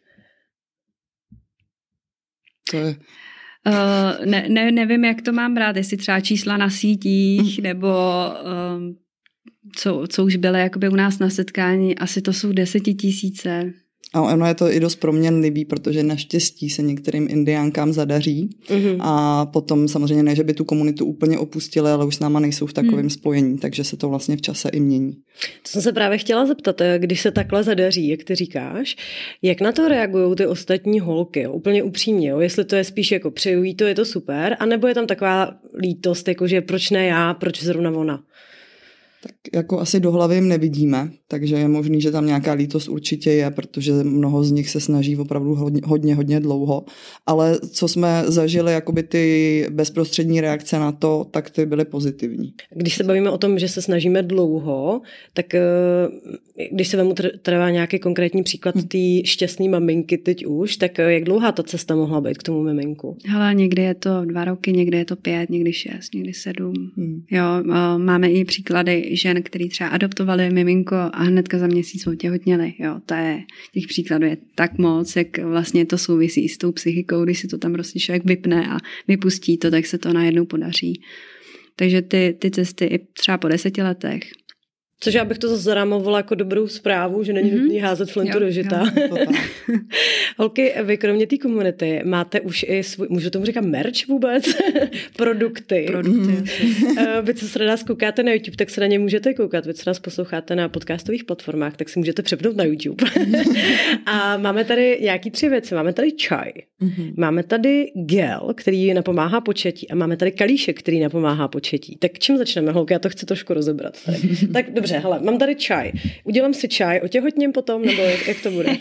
To je... Uh, ne, ne, nevím, jak to mám brát, jestli třeba čísla na sítích, nebo um, co, co už bylo jakoby u nás na setkání, asi to jsou desetitisíce. A ono je to i dost proměnlivý, protože naštěstí se některým indiánkám zadaří mm-hmm. a potom samozřejmě ne, že by tu komunitu úplně opustili, ale už s náma nejsou v takovém mm. spojení, takže se to vlastně v čase i mění. To jsem se právě chtěla zeptat, když se takhle zadaří, jak ty říkáš, jak na to reagují ty ostatní holky, jo? Úplně upřímně, jo? Jestli to je spíš jako přejují to, je to super, anebo je tam taková lítost, jakože proč ne já, proč zrovna ona? Tak jako asi do hlavy jim nevidíme, takže je možný, že tam nějaká lítost určitě je, protože mnoho z nich se snaží opravdu hodně, hodně, hodně dlouho. Ale co jsme zažili, jakoby ty bezprostřední reakce na to, tak ty byly pozitivní. Když se bavíme o tom, že se snažíme dlouho, tak když se vemu trvá nějaký konkrétní příklad té šťastné maminky teď už, tak jak dlouhá ta cesta mohla být k tomu miminku? Hele, někdy je to dva roky, někdy je to pět, někdy šest, někdy sedm. Hmm. Jo, máme i příklady žen, který třeba adoptovali miminko a hnedka za měsíc otěhotněli. Jo, to je, těch příkladů je tak moc, jak vlastně to souvisí s tou psychikou, když si to tam prostě člověk vypne a vypustí to, tak se to najednou podaří. Takže ty, ty cesty i třeba po deseti letech. Což já bych to zase zarámovala jako dobrou zprávu, že není mm-hmm. nutný házet flintu jo, do žita. Holky, vy kromě té komunity máte už i svůj, můžu tomu říkat merch vůbec? Produkty. Produkty. Mm-hmm. Vy, co se na nás koukáte na YouTube, tak se na ně můžete koukat. Vy, co nás posloucháte na podcastových platformách, tak si můžete přepnout na YouTube. A máme tady nějaký tři věci. Máme tady čaj, mm-hmm. máme tady gel, který napomáhá početí a máme tady kalíšek, který napomáhá početí. Tak čím začneme, holky? Já to chci trošku rozebrat. Tady. Tak dobře, hele, mám tady čaj. Udělám si čaj, otěhotním potom, nebo jak, jak to bude?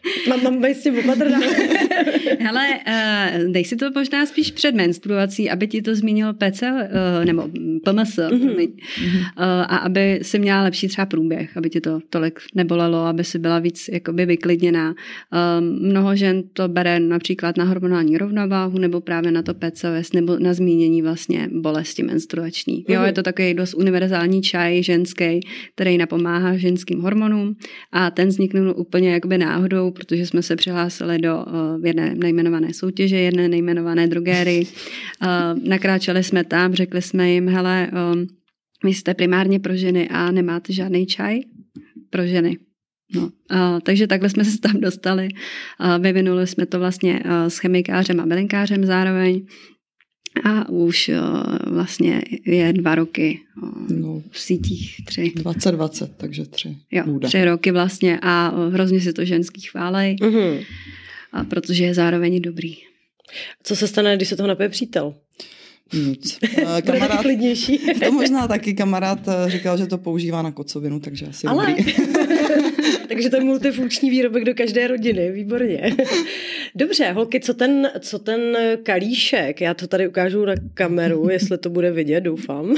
Mám, mám být s tím opatrná. Hele, uh, dej si to možná spíš před menstruací, aby ti to zmínilo P C, uh, nebo P M S, mm-hmm. uh, a aby si měla lepší třeba průběh, aby ti to tolik nebolelo, aby si byla víc jakoby vyklidněná. Uh, mnoho žen to bere například na hormonální rovnováhu, nebo právě na to P C O S, nebo na zmínění vlastně bolesti menstruační. Mm-hmm. Jo, je to takový dost univerzální čaj ženský, který napomáhá ženským hormonům a ten vzniknul úplně jakoby náhodou, protože jsme se přihlásili do uh, jedné nejmenované soutěže, jedné nejmenované drogéry. Uh, nakráčeli jsme tam, řekli jsme jim, hele, um, vy jste primárně pro ženy a nemáte žádný čaj pro ženy. No, uh, takže takhle jsme se tam dostali. Uh, vyvinuli jsme to vlastně uh, s chemikářem a bylinkářem zároveň. A už uh, vlastně je dva roky uh, no, v sítích tři. dvacet dvacet, takže tři. Jo, bude. tři roky vlastně a uh, hrozně si to ženský chválej, uh-huh. a protože je zároveň dobrý. Co se stane, když se toho napije přítel? Nic. Kamarád, to možná taky kamarád říkal, že to používá na kocovinu, takže asi Ale... dobrý. Takže to je multifunkční výrobek do každé rodiny, výborně. Dobře, holky, co ten, co ten kalíšek, já to tady ukážu na kameru, jestli to bude vidět, doufám.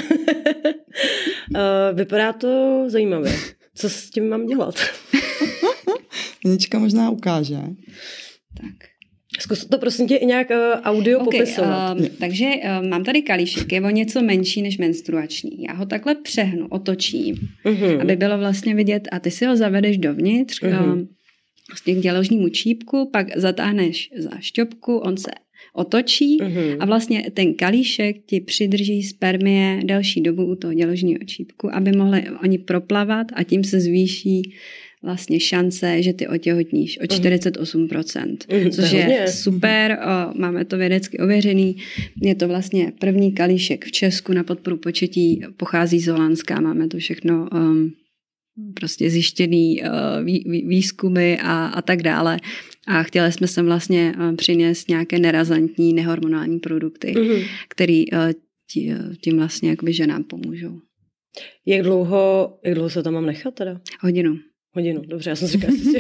Vypadá to zajímavě. Co s tím mám dělat? Nička možná ukáže. Tak. Zkus to prosím tě i nějak uh, audio okay, popisovat. Uh, takže uh, mám tady kalíšek, je o něco menší než menstruační. Já ho takhle přehnu, otočím, uh-huh. aby bylo vlastně vidět a ty si ho zavedeš dovnitř uh-huh. uh, vlastně k děložnímu čípku, pak zatáhneš za šťopku, on se otočí uh-huh. a vlastně ten kalíšek ti přidrží spermie delší dobu u toho děložního čípku, aby mohli oni proplavat a tím se zvýší vlastně šance, že ty otěhotníš o čtyřicet osm procent, mm, což je hodně. Super, o, máme to vědecky ověřený. Je to vlastně první kalíšek v Česku na podporu početí, pochází z Holandska, máme to všechno um, prostě zjištěný uh, vý, vý, výzkumy a, a tak dále. A chtěli jsme sem vlastně uh, přinést nějaké nerazantní, nehormonální produkty, mm. který uh, tí, tím vlastně jakoby ženám pomůžou. Jak dlouho, jak dlouho se tam mám nechat teda? Hodinu. Hodinu, dobře, já jsem si říkala, si...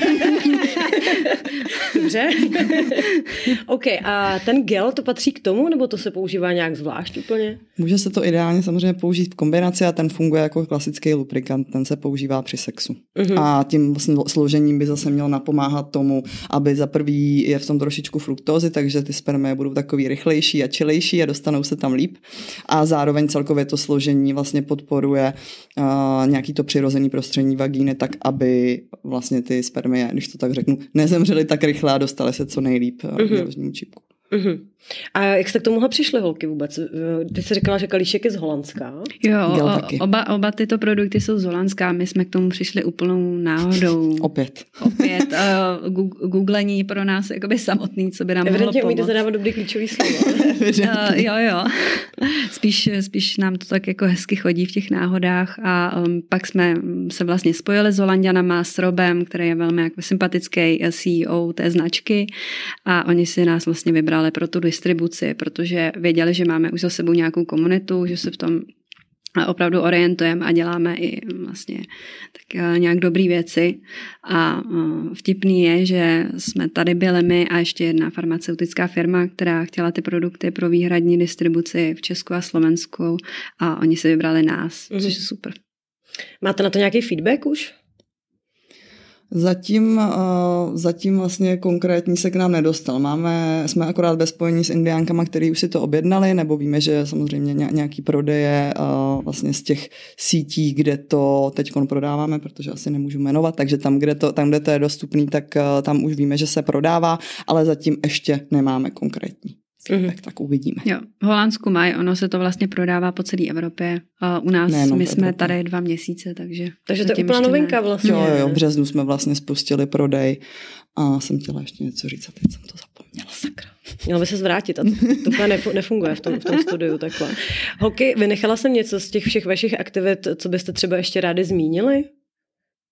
Dobře. OK, a ten gel, to patří k tomu, nebo to se používá nějak zvlášť úplně? Může se to ideálně samozřejmě použít v kombinaci a ten funguje jako klasický lubrikant, ten se používá při sexu. Uh-huh. A tím vlastně složením by zase měl napomáhat tomu, aby za prvý je v tom trošičku fruktózy, takže ty spermie budou takový rychlejší a čilejší a dostanou se tam líp. A zároveň celkově to složení vlastně podporuje uh, nějaký to přirozený prostředí vagíny, tak aby vlastně ty spermie, když to tak řeknu, nezemřely tak rychle a dostaly se co nejlíp uh-huh. k děložnímu čípku. Uh-huh. A jak jste k tomuhle přišli, holky, vůbec? Ty jsi říkala, že kalíšek je z Holandska. Jo, o, oba, oba tyto produkty jsou z Holandska, my jsme k tomu přišli úplnou náhodou. Opět. Opět. Uh, googlení pro nás jakoby samotný, co by nám mohlo pomoct. Evidentně umíte zadávat dobrý klíčový slovo. uh, jo, jo. Spíš, spíš nám to tak jako hezky chodí v těch náhodách a um, pak jsme se vlastně spojili s Holanďanama, s Robem, který je velmi jako sympatický C E O té značky a oni si nás vlastně vybrali pro tu distribuci, protože věděli, že máme už za sebou nějakou komunitu, že se v tom opravdu orientujeme a děláme i vlastně tak nějak dobrý věci. A vtipný je, že jsme tady byli my a ještě jedna farmaceutická firma, která chtěla ty produkty pro výhradní distribuci v Česku a Slovensku a oni si vybrali nás, mm-hmm. což je super. Máte na to nějaký feedback už? Zatím, uh, zatím vlastně konkrétní se k nám nedostal. Máme, jsme akorát ve spojení s Indiánkama, který už si to objednali, nebo víme, že samozřejmě nějaký prodeje uh, vlastně z těch sítí, kde to teďkon prodáváme, protože asi nemůžu jmenovat, takže tam, kde to, tam, kde to je dostupný, tak uh, tam už víme, že se prodává, ale zatím ještě nemáme konkrétní. Mm-hmm. Tak, tak uvidíme. Jo, v Holandsku mají, ono se to vlastně prodává po celé Evropě. Uh, u nás, ne, my jsme Evropě. Tady dva měsíce, takže... Takže to je úplná novinka vlastně. Jo, jo, v březnu jsme vlastně spustili prodej a jsem chtěla ještě něco říct a teď jsem to zapomněla. Sakra. Měla by se zvrátit a to, to úplně nefunguje v tom, v tom studiu takhle. Holky, vynechala jsem něco z těch všech vašich aktivit, co byste třeba ještě rádi zmínili?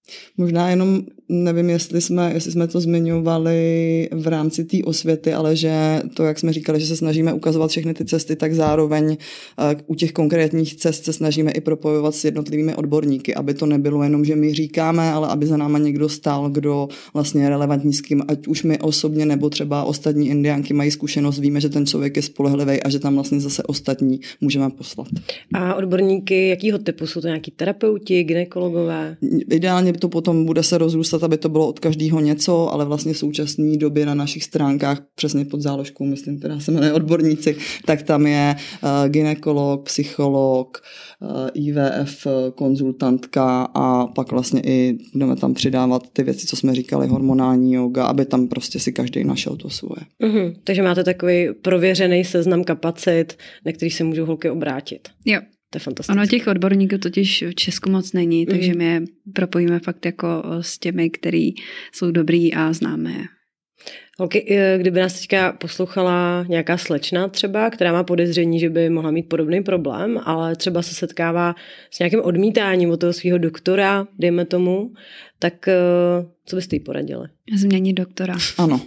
Možná jenom nevím, jestli jsme, jestli jsme to zmiňovali v rámci té osvěty, ale že to, jak jsme říkali, že se snažíme ukazovat všechny ty cesty, tak zároveň u těch konkrétních cest se snažíme i propojovat s jednotlivými odborníky, aby to nebylo jenom, že my říkáme, ale aby za náma někdo stál, kdo vlastně je relevantní s kým, ať už my osobně nebo třeba ostatní indiánky mají zkušenost, víme, že ten člověk je spolehlivý a že tam vlastně zase ostatní můžeme poslat. A odborníky jakýho typu? Jsou to nějaký terapeuti, gynekologové? Ideálně to potom bude se rozrůstat, aby to bylo od každého něco, ale vlastně v současné době na našich stránkách, přesně pod záložkou, myslím, která se jmenuje odborníci, tak tam je uh, gynekolog, psycholog, uh, I V F konzultantka a pak vlastně i budeme tam přidávat ty věci, co jsme říkali, hormonální yoga, aby tam prostě si každý našel to svoje. Uh-huh. Takže máte takový prověřený seznam kapacit, na který se můžou holky obrátit. Jo. To je fantastické. Ono těch odborníků totiž v Česku moc není, mm. takže my je propojíme fakt jako s těmi, který jsou dobrý a známe je. Holky, kdyby nás teďka poslouchala nějaká slečna třeba, která má podezření, že by mohla mít podobný problém, ale třeba se setkává s nějakým odmítáním od toho svého doktora, dejme tomu, tak co byste jí poradili? Změnit doktora. Ano.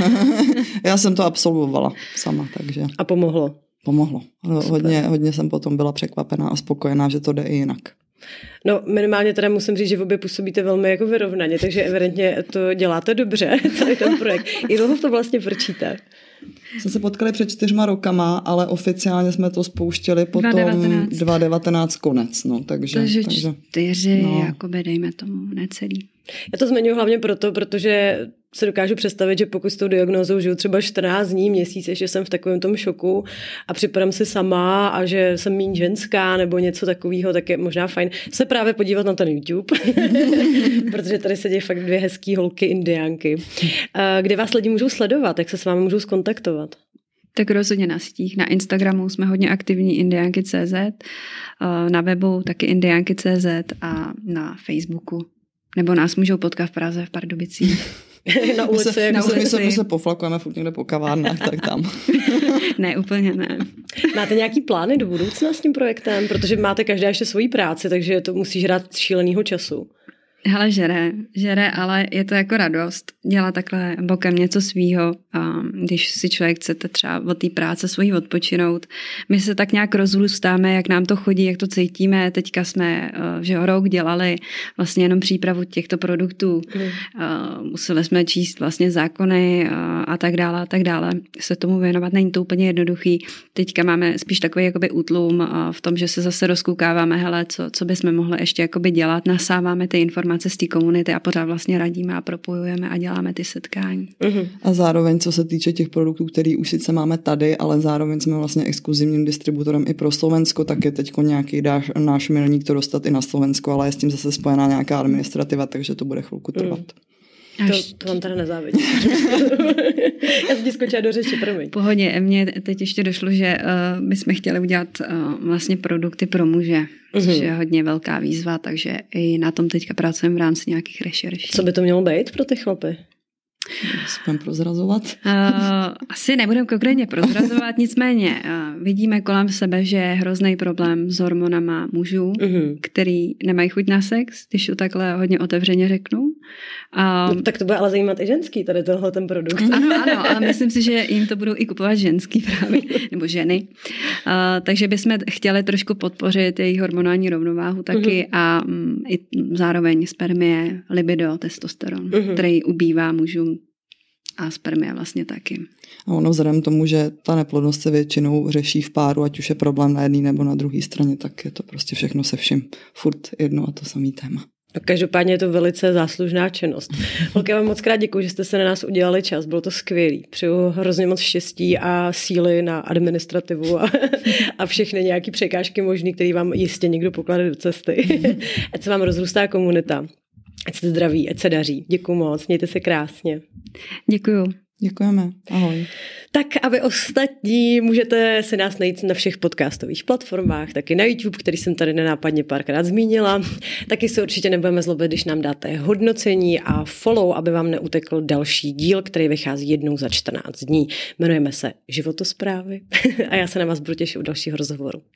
Já jsem to absolvovala sama, takže... A pomohlo? Pomohlo. Hodně, hodně jsem potom byla překvapená a spokojená, že to jde i jinak. No minimálně teda musím říct, že v obě působíte velmi jako vyrovnaně, takže evidentně to děláte dobře, celý ten projekt. I dlouho to vlastně frčíte? Jsme se potkali před čtyřma rokama, ale oficiálně jsme to spouštěli potom dvacet devatenáct konec. No, takže, takže, takže čtyři, no. jakoby dejme tomu necelý. Já to zmiňuji hlavně proto, protože se dokážu představit, že pokud s tou diagnózou žiju třeba čtrnáct dní, měsíc, že jsem v takovém tom šoku a připadám si sama a že jsem méně ženská nebo něco takového, tak je možná fajn se právě podívat na ten YouTube, protože tady se dějí fakt dvě hezký holky indiánky. Kde vás lidi můžou sledovat, jak se s vámi můžou skontaktovat? Tak rozhodně na sítích. Na Instagramu jsme hodně aktivní indiánky tečka cé zet, na webu taky indiánky tečka cé zet a na Facebooku. Nebo nás můžou potkat v Praze, v Pardubicích. Na ulici. My se, na my ulici. se, my se poflakujeme furt někde po kavárnách, tak tam. Ne, úplně ne. Máte nějaký plány do budoucna s tím projektem? Protože máte každá ještě svoji práci, takže to musí žrát šílenýho času. Hele, žere, žere, ale je to jako radost dělat takhle bokem něco svýho, když si člověk chcete třeba od té práce svojí odpočinout. My se tak nějak rozrůstáme, jak nám to chodí, jak to cítíme. Teďka jsme, že rok dělali vlastně jenom přípravu těchto produktů. Mm. Museli jsme číst vlastně zákony a tak dále a tak dále. Se tomu věnovat není to úplně jednoduchý. Teďka máme spíš takový jakoby útlum v tom, že se zase rozkoukáváme, hele, co, co bychom mohli ještě jakoby dělat, nasáváme ty informace z té komunity a pořád vlastně radíme a propojujeme a děláme ty setkání. Uh-huh. A zároveň, co se týče těch produktů, který už sice máme tady, ale zároveň jsme vlastně exkluzivním distributorem i pro Slovensko, tak je teďko nějaký dáš, náš milník to dostat i na Slovensko, ale je s tím zase spojená nějaká administrativa, takže to bude chvilku trvat. Uh-huh. To, to vám teda nezávidím. Já jsem ti skočila do řeči, promiň. Pohodě, mně teď ještě došlo, že uh, my jsme chtěli udělat uh, vlastně produkty pro muže, uh-huh. což je hodně velká výzva, takže i na tom teďka pracujeme v rámci nějakých rešerší. Co by to mělo být pro ty chlapy? Budeme prozrazovat? Uh, asi nebudeme konkrétně prozrazovat, nicméně uh, vidíme kolem sebe, že je hrozný problém s hormonama mužů, uh-huh. který nemají chuť na sex, když to takhle hodně otevřeně řeknu. Um, no, tak to bude ale zajímat i ženský, tady tenhle ten produkt. Ano, ano, ale myslím si, že jim to budou i kupovat ženský právě, nebo ženy. Uh, takže bychom chtěli trošku podpořit jejich hormonální rovnováhu taky uh-huh. a um, i zároveň spermie, libido, testosteron, uh-huh. který ubývá mužům a spermie vlastně taky. A ono vzhledem tomu, že ta neplodnost se většinou řeší v páru, ať už je problém na jedné nebo na druhé straně, tak je to prostě všechno se vším furt jedno a to samý téma. Každopádně je to velice záslužná činnost. Holky, já vám moc krát děkuji, že jste se na nás udělali čas, bylo to skvělý. Přeju hrozně moc štěstí a síly na administrativu a, a všechny nějaké překážky možný, které vám jistě někdo poklade do cesty. Ať se vám rozrůstá komunita. Ať jste zdraví, ať se daří. Děkuji moc, mějte se krásně. Děkuju. Děkujeme, ahoj. Tak a vy ostatní můžete se nás najít na všech podcastových platformách, taky na YouTube, který jsem tady nenápadně párkrát zmínila. Taky se určitě nebudeme zlobit, když nám dáte hodnocení a follow, aby vám neutekl další díl, který vychází jednou za čtrnáct dní. Jmenujeme se Životosprávy a já se na vás budu těšit u dalšího rozhovoru.